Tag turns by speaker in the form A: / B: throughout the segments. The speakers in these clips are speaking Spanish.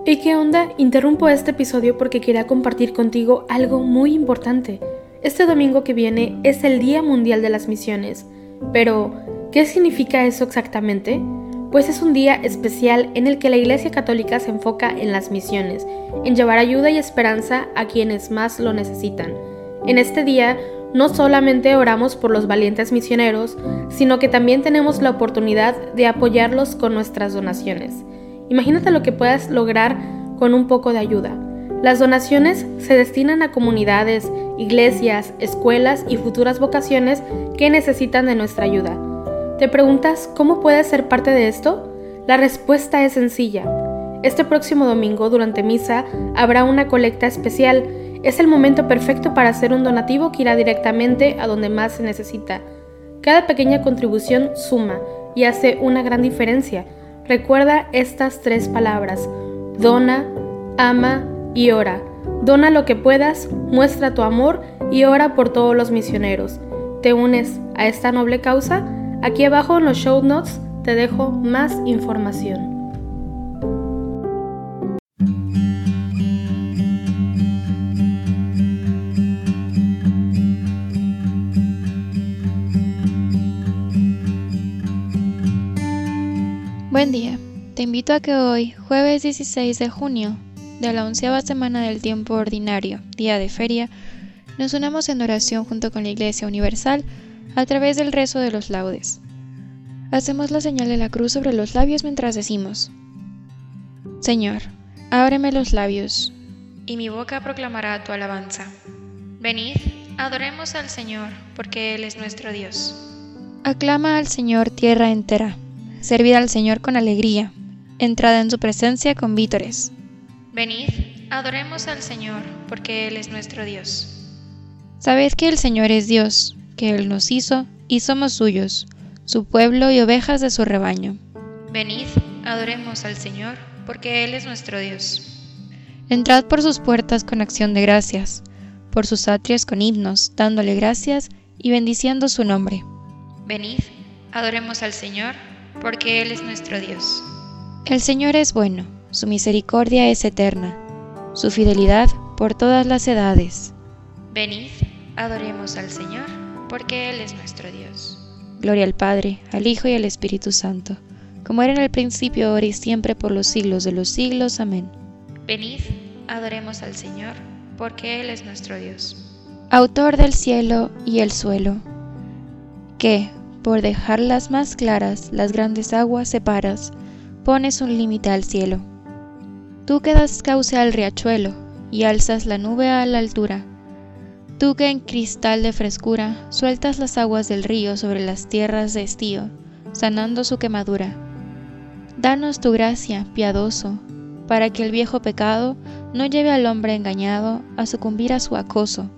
A: ¿Y qué onda? Interrumpo este episodio porque quería compartir contigo algo muy importante. Este domingo que viene es el Día Mundial de las Misiones. Pero, ¿qué significa eso exactamente? Pues es un día especial en el que la Iglesia Católica se enfoca en las misiones, en llevar ayuda y esperanza a quienes más lo necesitan. En este día, no solamente oramos por los valientes misioneros, sino que también tenemos la oportunidad de apoyarlos con nuestras donaciones. Imagínate lo que puedas lograr con un poco de ayuda. Las donaciones se destinan a comunidades, iglesias, escuelas y futuras vocaciones que necesitan de nuestra ayuda. ¿Te preguntas cómo puedes ser parte de esto? La respuesta es sencilla. Este próximo domingo, durante misa, habrá una colecta especial. Es el momento perfecto para hacer un donativo que irá directamente a donde más se necesita. Cada pequeña contribución suma y hace una gran diferencia. Recuerda estas 3 palabras: dona, ama y ora. Dona lo que puedas, muestra tu amor y ora por todos los misioneros. ¿Te unes a esta noble causa? Aquí abajo en los show notes te dejo más información.
B: Buen día, te invito a que hoy, jueves 16 de junio, de la 11ª semana del tiempo ordinario, día de feria, nos unamos en oración junto con la Iglesia Universal a través del rezo de los laudes. Hacemos la señal de la cruz sobre los labios mientras decimos: Señor, ábreme los labios, y mi boca proclamará tu alabanza. Venid, adoremos al Señor, porque Él es nuestro Dios. Aclama al Señor tierra entera. Servid al Señor con alegría, entrad en su presencia con vítores. Venid, adoremos al Señor, porque Él es nuestro Dios. Sabed que el Señor es Dios, que Él nos hizo y somos suyos, su pueblo y ovejas de su rebaño. Venid, adoremos al Señor, porque Él es nuestro Dios. Entrad por sus puertas con acción de gracias, por sus atrios con himnos, dándole gracias y bendiciendo su nombre. Venid, adoremos al Señor, porque Él es nuestro Dios. El Señor es bueno, su misericordia es eterna, su fidelidad por todas las edades. Venid, adoremos al Señor, porque Él es nuestro Dios. Gloria al Padre, al Hijo y al Espíritu Santo, como era en el principio, ahora y siempre, por los siglos de los siglos. Amén. Venid, adoremos al Señor, porque Él es nuestro Dios. Autor del cielo y el suelo, que, por dejarlas más claras, las grandes aguas separas, pones un límite al cielo. Tú que das cauce al riachuelo, y alzas la nube a la altura. Tú que en cristal de frescura, sueltas las aguas del río sobre las tierras de estío, sanando su quemadura. Danos tu gracia, piadoso, para que el viejo pecado no lleve al hombre engañado a sucumbir a su acoso.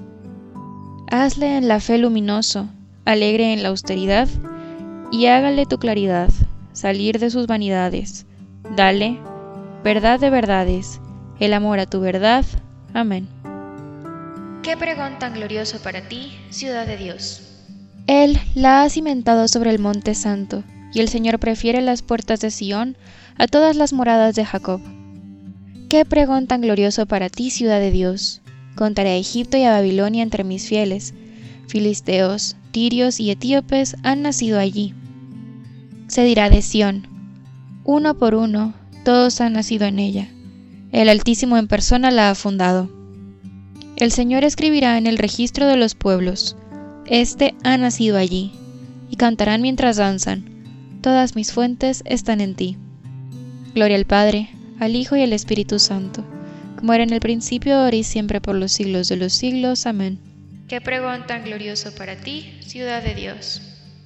B: Hazle en la fe luminoso, alegre en la austeridad, y hágale tu claridad salir de sus vanidades. Dale, verdad de verdades, el amor a tu verdad. Amén. Qué pregón tan glorioso para ti, ciudad de Dios. Él la ha cimentado sobre el monte santo, y el Señor prefiere las puertas de Sión a todas las moradas de Jacob. Qué pregón tan glorioso para ti, ciudad de Dios. Contaré a Egipto y a Babilonia entre mis fieles. Filisteos, tirios y etíopes han nacido allí. Se dirá de Sión: uno por uno, todos han nacido en ella. El Altísimo en persona la ha fundado. El Señor escribirá en el registro de los pueblos: Este ha nacido allí. Y cantarán mientras danzan: Todas mis fuentes están en ti. Gloria al Padre, al Hijo y al Espíritu Santo, como era en el principio, ahora y siempre, por los siglos de los siglos. Amén. Qué pregón tan glorioso para ti, ciudad de Dios.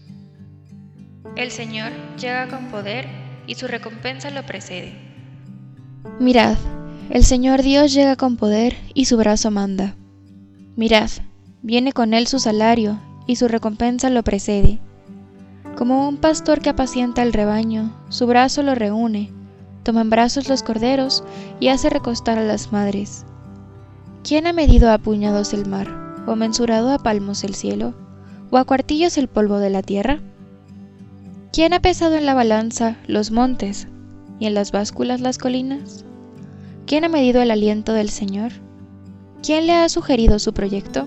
B: El Señor llega con poder y su recompensa lo precede. Mirad, el Señor Dios llega con poder y su brazo manda. Mirad, viene con él su salario y su recompensa lo precede. Como un pastor que apacienta el rebaño, su brazo lo reúne, toma en brazos los corderos y hace recostar a las madres. ¿Quién ha medido a puñados el mar? ¿O mensurado a palmos el cielo? ¿O a cuartillos el polvo de la tierra? ¿Quién ha pesado en la balanza los montes y en las básculas las colinas? ¿Quién ha medido el aliento del Señor? ¿Quién le ha sugerido su proyecto?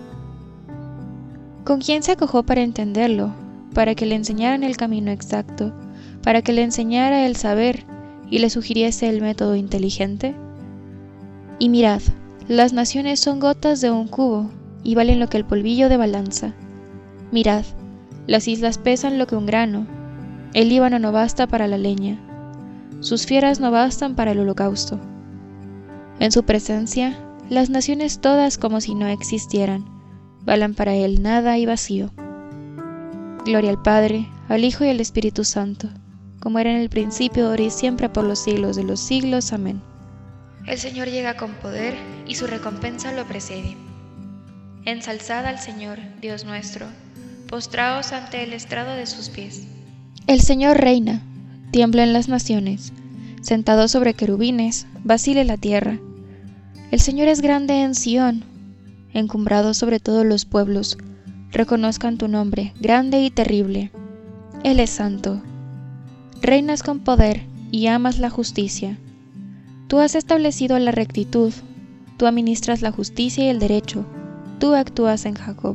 B: ¿Con quién se acojó para entenderlo, para que le enseñaran el camino exacto, para que le enseñara el saber y le sugiriese el método inteligente? Y mirad, las naciones son gotas de un cubo y valen lo que el polvillo de balanza. Mirad, las islas pesan lo que un grano, el Líbano no basta para la leña, sus fieras no bastan para el holocausto. En su presencia, las naciones todas como si no existieran, valen para él nada y vacío. Gloria al Padre, al Hijo y al Espíritu Santo, como era en el principio, ahora y siempre, por los siglos de los siglos. Amén. El Señor llega con poder y su recompensa lo precede. Ensalzad al Señor, Dios nuestro, postraos ante el estrado de sus pies. El Señor reina, tiemblen las naciones, sentado sobre querubines, vacile la tierra. El Señor es grande en Sión, encumbrado sobre todos los pueblos, reconozcan tu nombre, grande y terrible. Él es santo. Reinas con poder y amas la justicia. Tú has establecido la rectitud, tú administras la justicia y el derecho, tú actúas en Jacob.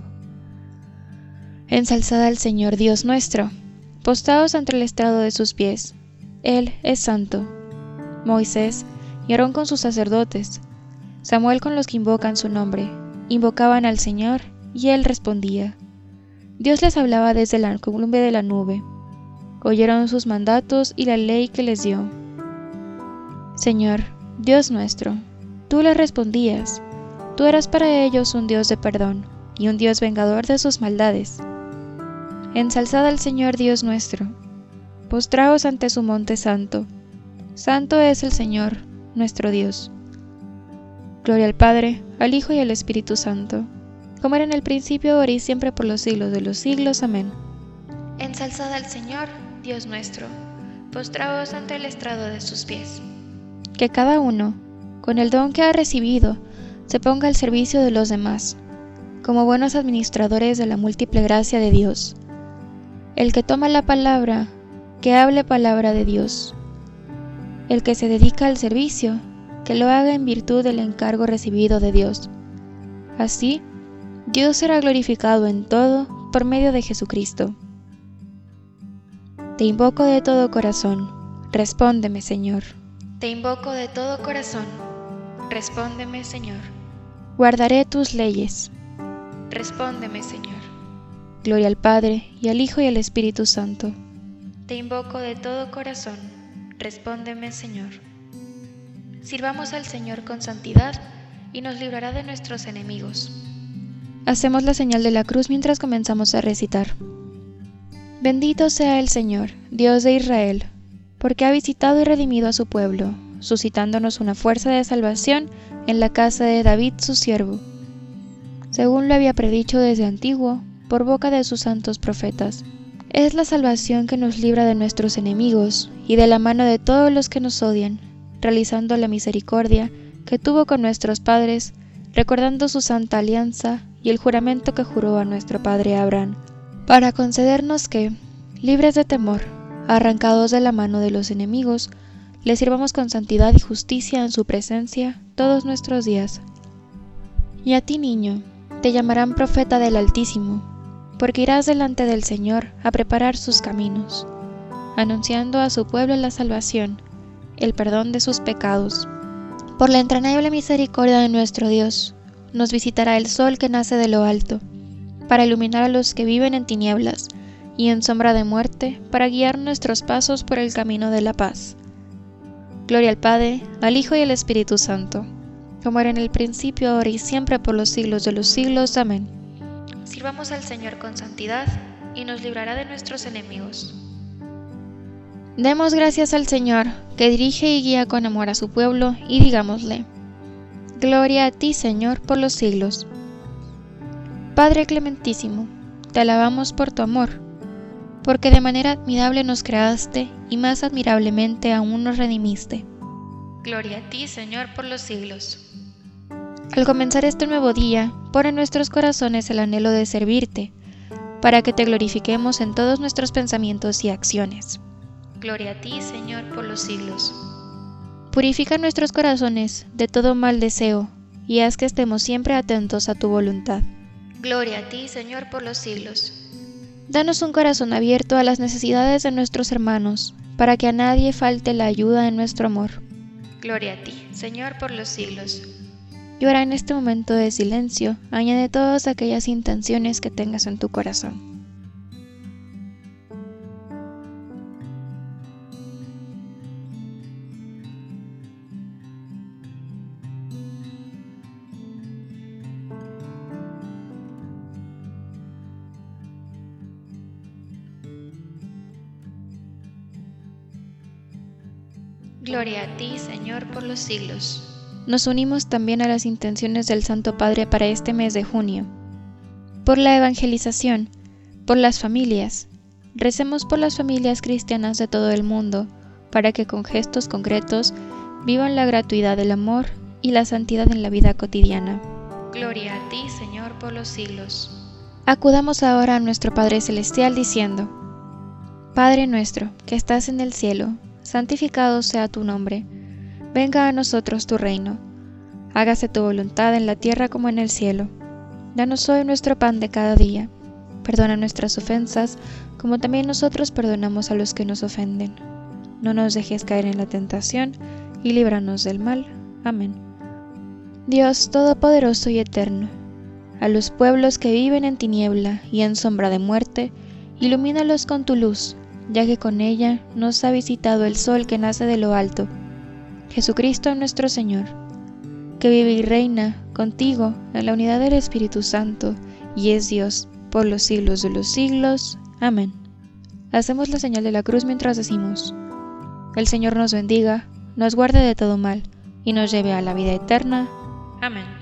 B: Ensalzad al Señor Dios nuestro, postraos ante el estrado de sus pies. Él es santo. Moisés y Aarón con sus sacerdotes, Samuel con los que invocan su nombre, invocaban al Señor y Él respondía. Dios les hablaba desde la columna de la nube. Oyeron sus mandatos y la ley que les dio. Señor, Dios nuestro, tú les respondías. Tú eras para ellos un Dios de perdón y un Dios vengador de sus maldades. Ensalzad al Señor Dios nuestro. Postraos ante su monte santo. Santo es el Señor, nuestro Dios. Gloria al Padre, al Hijo y al Espíritu Santo, como era en el principio, ahora y siempre, por los siglos de los siglos. Amén. Ensalzad al Señor, Dios nuestro, postraos ante el estrado de sus pies. Que cada uno, con el don que ha recibido, se ponga al servicio de los demás, como buenos administradores de la múltiple gracia de Dios. El que toma la palabra, que hable palabra de Dios. El que se dedica al servicio, que lo haga en virtud del encargo recibido de Dios. Así, Dios será glorificado en todo por medio de Jesucristo. Te invoco de todo corazón, respóndeme, Señor. Te invoco de todo corazón, respóndeme, Señor. Guardaré tus leyes, respóndeme, Señor. Gloria al Padre, y al Hijo y al Espíritu Santo. Te invoco de todo corazón, respóndeme, Señor. Sirvamos al Señor con santidad y nos librará de nuestros enemigos. Hacemos la señal de la cruz mientras comenzamos a recitar. Bendito sea el Señor, Dios de Israel, porque ha visitado y redimido a su pueblo, suscitándonos una fuerza de salvación en la casa de David su siervo, según lo había predicho desde antiguo, por boca de sus santos profetas. Es la salvación que nos libra de nuestros enemigos y de la mano de todos los que nos odian, realizando la misericordia que tuvo con nuestros padres, recordando su santa alianza y el juramento que juró a nuestro padre Abraham, para concedernos que, libres de temor, arrancados de la mano de los enemigos, le sirvamos con santidad y justicia en su presencia todos nuestros días. Y a ti, niño, te llamarán profeta del Altísimo, porque irás delante del Señor a preparar sus caminos, anunciando a su pueblo la salvación, el perdón de sus pecados. Por la entrañable misericordia de nuestro Dios, nos visitará el sol que nace de lo alto, para iluminar a los que viven en tinieblas y en sombra de muerte, para guiar nuestros pasos por el camino de la paz. Gloria al Padre, al Hijo y al Espíritu Santo, como era en el principio, ahora y siempre, por los siglos de los siglos. Amén. Sirvamos al Señor con santidad y nos librará de nuestros enemigos. Demos gracias al Señor, que dirige y guía con amor a su pueblo, y digámosle: Gloria a ti, Señor, por los siglos. Padre clementísimo, te alabamos por tu amor, porque de manera admirable nos creaste y más admirablemente aún nos redimiste. Gloria a ti, Señor, por los siglos. Al comenzar este nuevo día, pon en nuestros corazones el anhelo de servirte, para que te glorifiquemos en todos nuestros pensamientos y acciones. Gloria a ti, Señor, por los siglos. Purifica nuestros corazones de todo mal deseo, y haz que estemos siempre atentos a tu voluntad. Gloria a ti, Señor, por los siglos. Danos un corazón abierto a las necesidades de nuestros hermanos, para que a nadie falte la ayuda en nuestro amor. Gloria a ti, Señor, por los siglos. Y ahora en este momento de silencio, añade todas aquellas intenciones que tengas en tu corazón. Gloria a ti, Señor, por los siglos. Nos unimos también a las intenciones del Santo Padre para este mes de junio. Por la evangelización, por las familias. Recemos por las familias cristianas de todo el mundo, para que con gestos concretos vivan la gratuidad del amor y la santidad en la vida cotidiana. Gloria a ti, Señor, por los siglos. Acudamos ahora a nuestro Padre Celestial diciendo: Padre nuestro, que estás en el cielo, santificado sea tu nombre. Venga a nosotros tu reino. Hágase tu voluntad en la tierra como en el cielo. Danos hoy nuestro pan de cada día. Perdona nuestras ofensas, como también nosotros perdonamos a los que nos ofenden. No nos dejes caer en la tentación, y líbranos del mal. Amén. Dios Todopoderoso y Eterno, a los pueblos que viven en tiniebla y en sombra de muerte, ilumínalos con tu luz, ya que con ella nos ha visitado el sol que nace de lo alto, Jesucristo nuestro Señor, que vive y reina contigo en la unidad del Espíritu Santo, y es Dios por los siglos de los siglos. Amén. Hacemos la señal de la cruz mientras decimos: El Señor nos bendiga, nos guarde de todo mal, y nos lleve a la vida eterna. Amén.